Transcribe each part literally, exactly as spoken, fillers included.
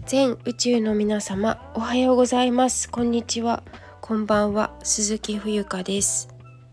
全宇宙の皆様、おはようございます。こんにちは、こんばんは。鈴木冬香です。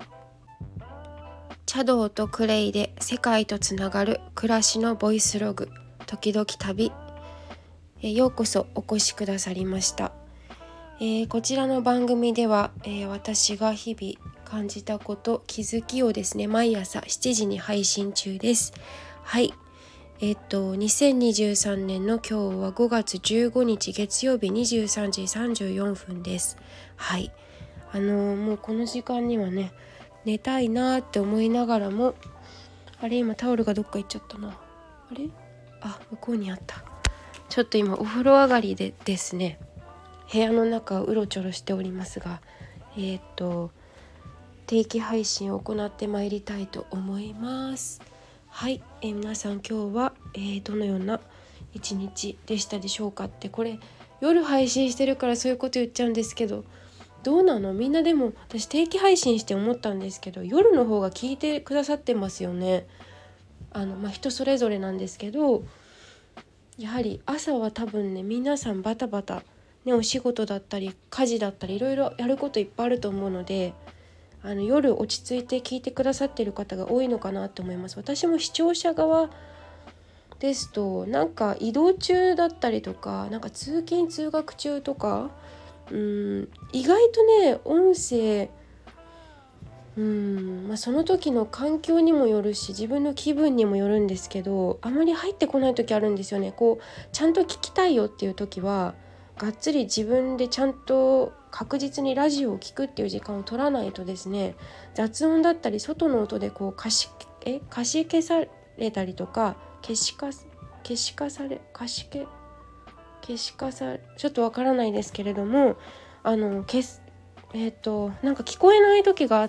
茶道とクレイで世界とつながる暮らしのボイスログ、時々旅。えようこそお越しくださりました。えー、こちらの番組では、えー、私が日々感じたこと、気づきをですね、毎朝しちじに配信中です。はい。えっとにせんにじゅうさんねんの今日はごがつじゅうごにち月曜日にじゅうさんじさんじゅうよんぷんです。はい。あのー、もうこの時間にはね寝たいなって思いながらも、あれ今タオルがどっか行っちゃったな。あれあ向こうにあった。ちょっと今お風呂上がりでですね、部屋の中をうろちょろしておりますが、えっと定期配信を行ってまいりたいと思います。はい、えー、皆さん今日は、えー、どのような一日でしたでしょうかって、これ夜配信してるからそういうこと言っちゃうんですけど、どうなのみんな。でも私定期配信して思ったんですけど、夜の方が聞いてくださってますよね。あのまあ人それぞれなんですけど、やはり朝は多分ね、皆さんバタバタね、お仕事だったり家事だったりいろいろやることいっぱいあると思うので、あの夜落ち着いて聞いてくださっている方が多いのかなと思います。私も視聴者側ですと、なんか移動中だったりとか、なんか通勤通学中とか、うーん意外とね音声うーん、まあ、その時の環境にもよるし自分の気分にもよるんですけど、あまり入ってこない時あるんですよね。こうちゃんと聞きたいよっていう時はがっつり自分でちゃんと確実にラジオを聞くっていう時間を取らないとですね、雑音だったり外の音でこう貸しえ貸し消されたりとか、消しか消しかされ貸し消消しかさちょっとわからないですけれども、あの消すえっとなんか聞こえない時があって、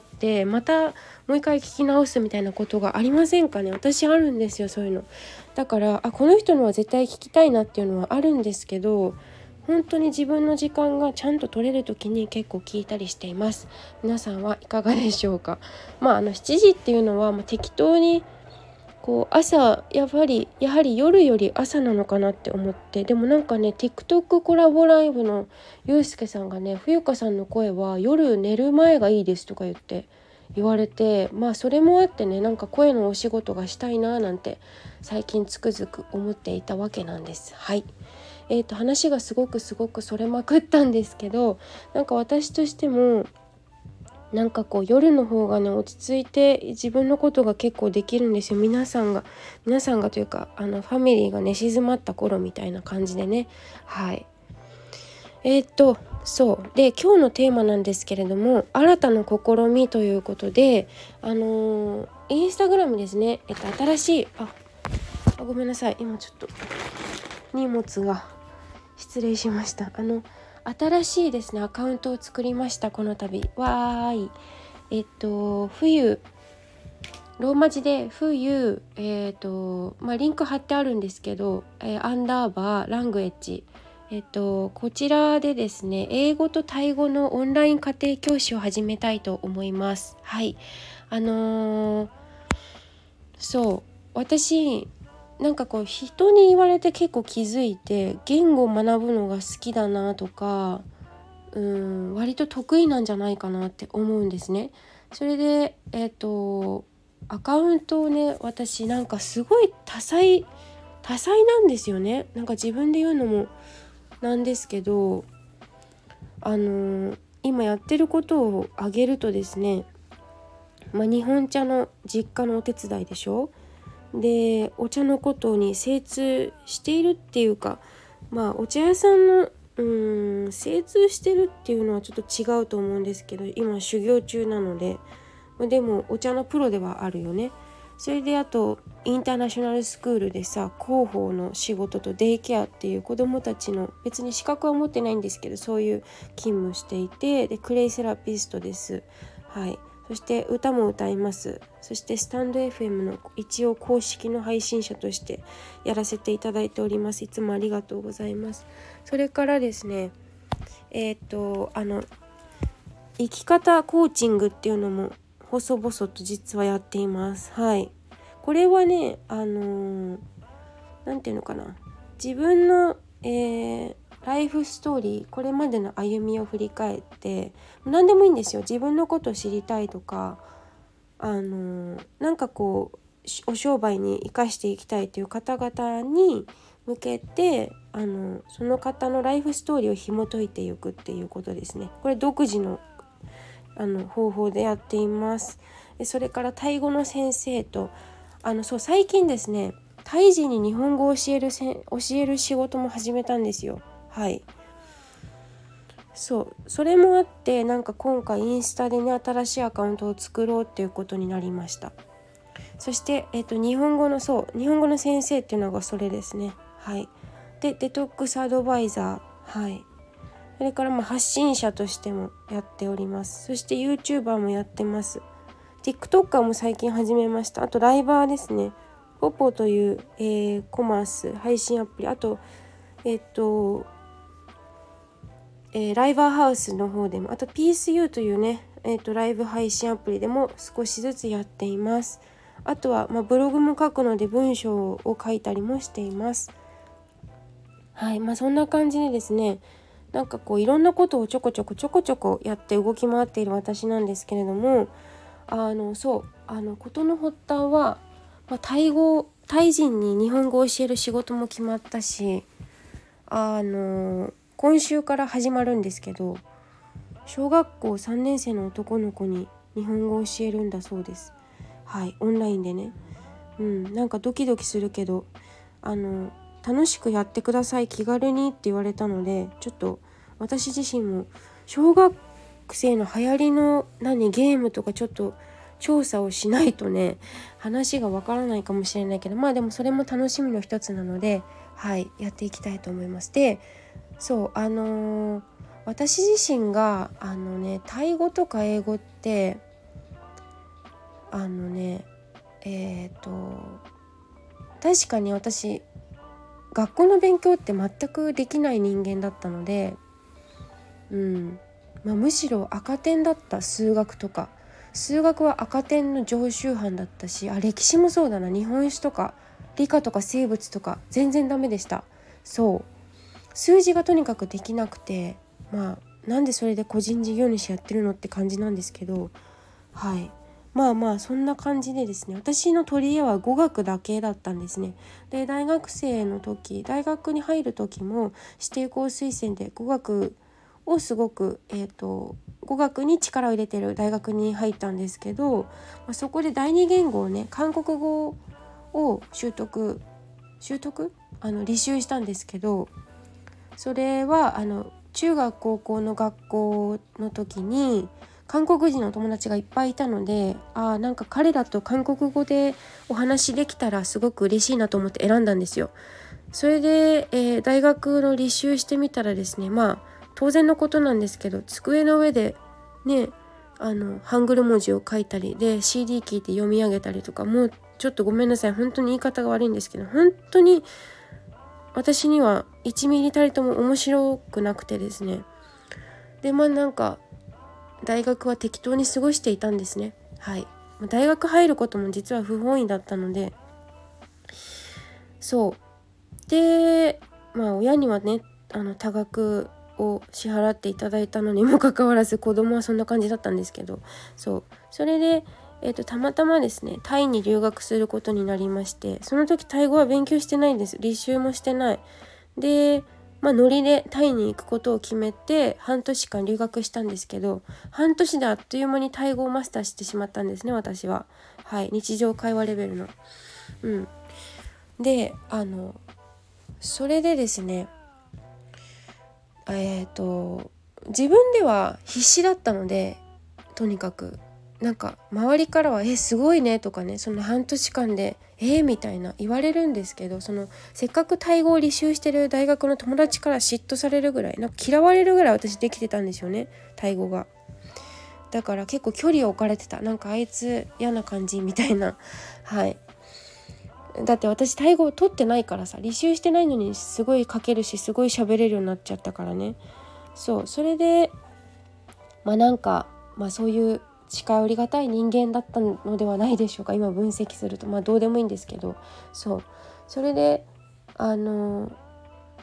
またもう一回聞き直すみたいなことがありませんかね。私あるんですよ、そういうの。だからあこの人のは絶対聞きたいなっていうのはあるんですけど、本当に自分の時間がちゃんと取れる時に結構聞いたりしています。皆さんはいかがでしょうか。まああのしちじっていうのは、まあ、適当にこう朝やはりやはり夜より朝なのかなって思って、でもなんかね TikTok コラボライブのゆうすけさんがね、冬香さんの声は夜寝る前がいいですとか言って言われて、まあそれもあってね、なんか声のお仕事がしたいななんて最近つくづく思っていたわけなんです。はい。えーと話がすごくすごくそれまくったんですけど、なんか私としてもなんかこう夜の方がね落ち着いて自分のことが結構できるんですよ。皆さんが皆さんがというかあのファミリーがね静まった頃みたいな感じでね。はい。えー、っとそうで今日のテーマなんですけれども、新たな試みということで、あのー、インスタグラムですね。えっと新しいああごめんなさい、今ちょっと荷物が失礼しました。あの新しいですねアカウントを作りました、この度。わーい。えっと冬ローマ字で冬、えっとまあリンク貼ってあるんですけど、えー、アンダーバーラングエッジ、えっとこちらでですね、英語とタイ語のオンライン家庭教師を始めたいと思います。はい。あのー、そう私なんかこう人に言われて結構気づいて、言語を学ぶのが好きだなとか、うーん割と得意なんじゃないかなって思うんですね。それでえっとアカウントをね、私なんかすごい多彩多彩なんですよね。なんか自分で言うのもなんですけど、あの今やってることを挙げるとですね、まあ、日本茶の実家のお手伝いでしょ。でお茶のことに精通しているっていうか、まあお茶屋さんのうーん精通してるっていうのはちょっと違うと思うんですけど、今修行中なので、でもお茶のプロではあるよね。それであとインターナショナルスクールでさ、広報の仕事とデイケアっていう子どもたちの、別に資格は持ってないんですけどそういう勤務していて、でクレイセラピストです。はい。そして歌も歌います。そしてスタンド エフエム の一応公式の配信者としてやらせていただいております。いつもありがとうございます。それからですね、えっとあの生き方コーチングっていうのも細々と実はやっています。はい。これはね、あのー、なんていうのかな、自分のえー、ライフストーリー、これまでの歩みを振り返って、何でもいいんですよ。自分のことを知りたいとか、あのなんかこうお商売に生かしていきたいという方々に向けて、あのその方のライフストーリーを紐解いていくっていうことですね。これ独自のあの方法でやっています。それからタイ語の先生と、あのそう最近ですね、タイ人に日本語を教えるせ教える仕事も始めたんですよ。はい。そうそれもあって、なんか今回インスタでね、新しいアカウントを作ろうっていうことになりました。そして、えーと、日本語のそう日本語の先生っていうのがそれですね。はい。でデトックスアドバイザー、はい。それからまあ発信者としてもやっております。そして YouTuber もやってます。TikToker も最近始めました。あとライバーですね。ポポという、えー、コマース配信アプリ、あとえっ、ー、と、えー、ライバーハウスの方でも、あと ピースユー というね、えー、とライブ配信アプリでも少しずつやっています。あとは、まあ、ブログも書くので文章を書いたりもしています。はい、まあそんな感じでですね、なんかこういろんなことをちょこちょこちょこちょこやって動き回っている私なんですけれども、あのそうあの事の発端は、まあ、タイ語タイ人に日本語を教える仕事も決まったし、あの今週から始まるんですけど、小学校さんねん生の男の子に日本語を教えるんだそうです。はい、オンラインでね。うん、なんかドキドキするけど、あの楽しくやってください、気軽にって言われたので、ちょっと私自身も小学生の流行りの何ゲームとかちょっと調査をしないとね、話がわからないかもしれないけど、まあでもそれも楽しみの一つなので、はいやっていきたいと思います。で、そうあのー、私自身があのねタイ語とか英語ってあのねえっと確かに私学校の勉強って全くできない人間だったので、うんまあ、むしろ赤点だった。数学とか数学は赤点の常習犯だったし、あ歴史もそうだな、日本史とか理科とか生物とか全然ダメでした。そう数字がとにかくできなくて、まあなんでそれで個人事業主やってるのって感じなんですけど、はいまあまあそんな感じでですね、私の取り柄は語学だけだったんですね。で大学生の時、大学に入る時も指定校推薦で語学をすごく、えーと、語学に力を入れてる大学に入ったんですけど、まあ、そこで第二言語をね、韓国語を習得習得あの履修したんですけど、それはあの中学高校の学校の時に韓国人の友達がいっぱいいたので、あなんか彼らと韓国語でお話できたらすごく嬉しいなと思って選んだんですよ。それで、えー、大学の履修してみたらですね、まあ当然のことなんですけど、机の上でねあのハングル文字を書いたりで シーディー 聞いて読み上げたりとか、もうちょっとごめんなさい、本当に言い方が悪いんですけど、本当に私にはいちミリたりとも面白くなくてですね、でまあなんか大学は適当に過ごしていたんですね。はい。大学入ることも実は不本意だったので、そうでまあ親にはねあの多額を支払っていただいたのにもかかわらず、子供はそんな感じだったんですけど、そうそれで、えーと、たまたまですねタイに留学することになりまして、その時タイ語は勉強してないんです。履修もしてないで、まあノリでタイに行くことを決めて半年間留学したんですけど、半年であっという間にタイ語をマスターしてしまったんですね、私は。はい、日常会話レベルの。うんであのそれでですねえっと自分では必死だったので、とにかくなんか周りからはえすごいねとかね、その半年間でえー、みたいな言われるんですけど、そのせっかくタイ語を履修してる大学の友達から嫉妬されるぐらい、なんか嫌われるぐらい私できてたんですよね、タイ語が。だから結構距離を置かれてた、なんかあいつ嫌な感じみたいな。はいだって私タイ語を取ってないからさ、履修してないのにすごい書けるしすごい喋れるようになっちゃったからね。そうそれでまあなんかまあそういう近寄りがたい人間だったのではないでしょうか、今分析すると。まあどうでもいいんですけど、そうそれであの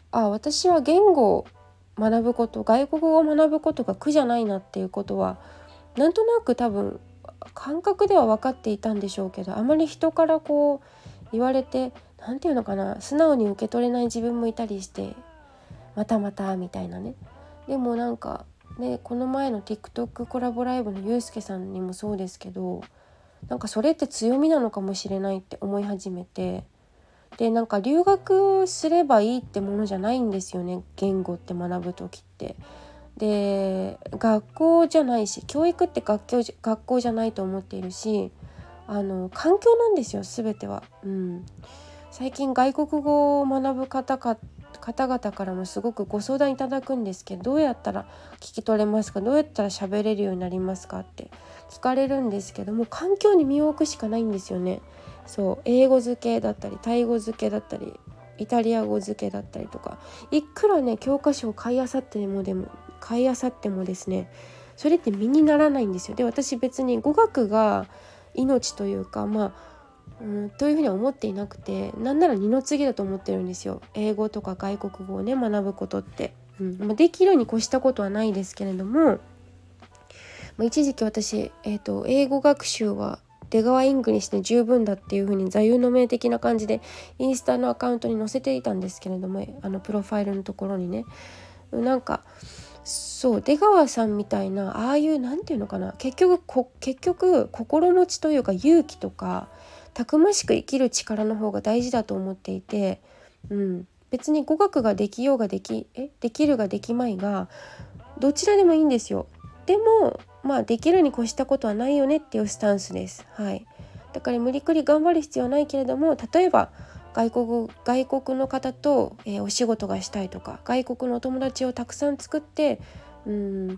あ私は言語を学ぶこと外国語を学ぶことが苦じゃないなっていうことはなんとなく多分感覚では分かっていたんでしょうけど、あまり人からこう言われてなんていうのかな、素直に受け取れない自分もいたりして、またまたみたいなね。でもなんかね、この前の TikTok コラボライブのゆうすけさんにもそうですけど、なんかそれって強みなのかもしれないって思い始めて、でなんか留学すればいいってものじゃないんですよね、言語って学ぶ時って。で学校じゃないし、教育って学校じ学校じゃないと思っているし、あの環境なんですよ全ては、うん、最近外国語を学ぶ方か方々からもすごくご相談いただくんですけど、どうやったら聞き取れますか、どうやったら喋れるようになりますかって聞かれるんですけども、環境に身を置くしかないんですよね。そう英語漬けだったりタイ語漬けだったりイタリア語漬けだったりとか、いくらね教科書を買い漁ってもでも買い漁ってもですね、それって身にならないんですよ。で私別に語学が命というかまあうんというふうには思っていなくて、なんなら二の次だと思ってるんですよ、英語とか外国語をね学ぶことって、うんまあ、できるに越したことはないですけれども、まあ、一時期私、えーと、英語学習は出川イングリッシュで十分だっていうふうに座右の銘的な感じでインスタのアカウントに載せていたんですけれども、あのプロファイルのところにね、なんかそう出川さんみたいなああいうなんていうのかな、結局こ結局心持ちというか勇気とかたくましく生きる力の方が大事だと思っていて、うん、別に語学ができようができえできるができまいがどちらでもいいんですよ。でもまあできるに越したことはないよねっていうスタンスです。はい。だから無理くり頑張る必要はないけれども、例えば外国外国の方と、えー、お仕事がしたいとか、外国のお友達をたくさん作って、うん、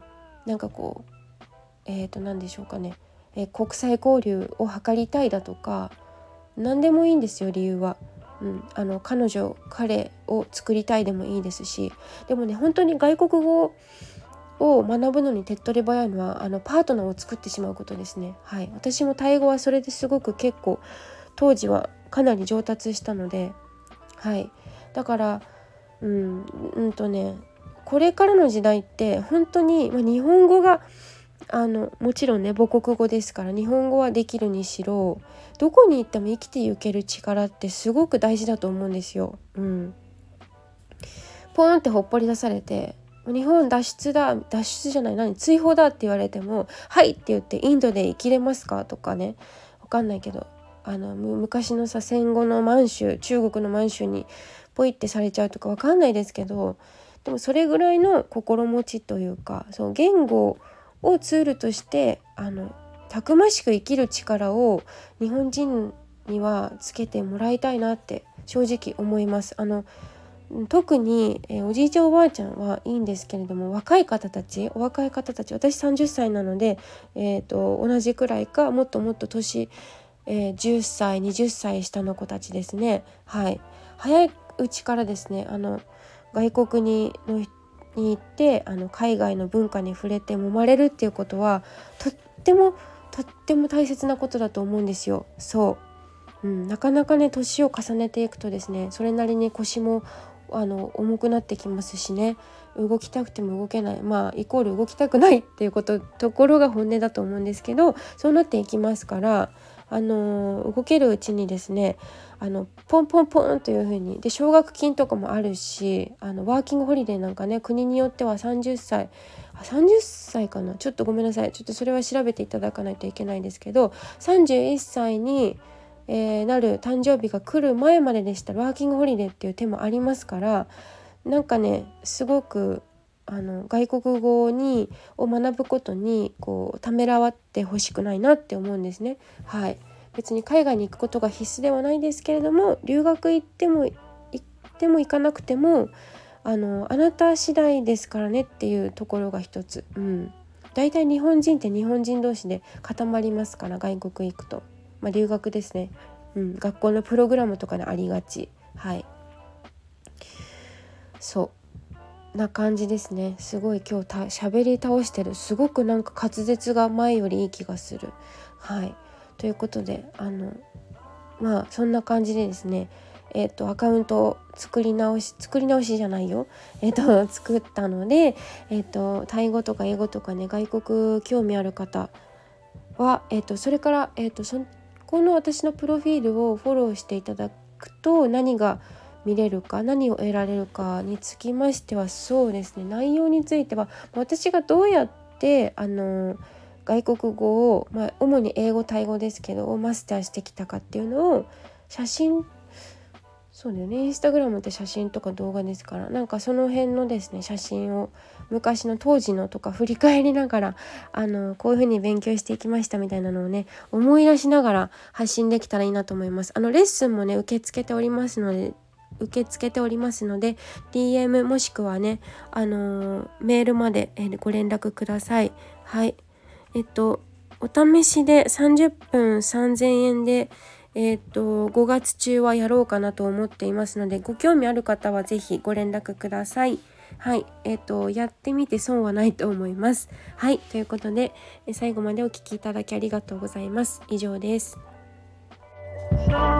なんかこうえーと何でしょうかね、えー、国際交流を図りたいだとか、何でもいいんですよ理由は。うん、あの彼女彼を作りたいでもいいですし、でもね本当に外国語を学ぶのに手っ取り早いのはあのパートナーを作ってしまうことですね。はい、私もタイ語はそれですごく結構当時はかなり上達したので、はい、だからうんうんとねこれからの時代って本当に、まあ、日本語があのもちろんね母国語ですから日本語はできるにしろ、どこに行っても生きていける力ってすごく大事だと思うんですよ。うん、ポーンってほっぽり出されて日本脱出だ脱出じゃない何追放だって言われてもはいって言ってインドで生きれますかとかね、わかんないけどあの昔のさ戦後の満州中国の満州にポイってされちゃうとかわかんないですけど、でもそれぐらいの心持ちというか、そう言語をツールとしてあのたくましく生きる力を日本人にはつけてもらいたいなって正直思います。あの特に、えー、おじいちゃんおばあちゃんはいいんですけれども、若い方たちお若い方たち、私さんじゅっさいなので、えーと、同じくらいかもっともっと年、えー、じゅっさいにじゅっさい下の子たちですね。はい、早いうちからですね、あの外国にのに行ってあの海外の文化に触れて揉まれるっていうことはとってもとっても大切なことだと思うんですよ。そう、うん、なかなかね年を重ねていくとですね、それなりに腰もあの重くなってきますしね、動きたくても動けない、まあイコール動きたくないっていうことところが本音だと思うんですけど、そうなっていきますから、あの動けるうちにですね、あのポンポンポンという風にで奨学金とかもあるし、あのワーキングホリデーなんかね国によってはさんじゅっさいあさんじゅっさいかな、ちょっとごめんなさい、ちょっとそれは調べていただかないといけないんですけど、さんじゅういっさいにえー、なる誕生日が来る前まででしたらワーキングホリデーっていう手もありますから、なんかねすごくあの外国語にを学ぶことにこうためらわってほしくないなって思うんですね。はい、別に海外に行くことが必須ではないですけれども、留学行っても行っても行かなくてもあのあなた次第ですからねっていうところが一つ、うん、だいたい日本人って日本人同士で固まりますから、外国行くと。まあ、留学ですね、うん、学校のプログラムとかでありがち、はい、そうな感じですね。すごい今日た喋り倒してる、すごくなんか滑舌が前よりいい気がする。はい、ということであのまあそんな感じでですね、 えー、とアカウントを作り直し作り直しじゃないよ、えー、と作ったので、えー、とタイ語とか英語とかね外国興味ある方は、えー、とそれから、えー、とそこの私のプロフィールをフォローしていただくと何が見れるか何を得られるかにつきましては、そうですね、内容については私がどうやってあの外国語を、まあ、主に英語タイ語ですけどをマスターしてきたかっていうのを写真、そうだよね、インスタグラムって写真とか動画ですから、なんかその辺のですね写真を昔の当時のとか振り返りながらあのこういう風に勉強していきましたみたいなのをね思い出しながら発信できたらいいなと思います。あのレッスンもね受け付けておりますので受け付けておりますので ディーエム もしくはねあのー、メールまで、えー、ご連絡ください。はい、えっとお試しでさんじゅっぷんさんぜんえんでえっとごがつ中はやろうかなと思っていますので、ご興味ある方はぜひご連絡ください。はい、えっとやってみて損はないと思います。はい、ということで最後までお聞きいただきありがとうございます。以上です。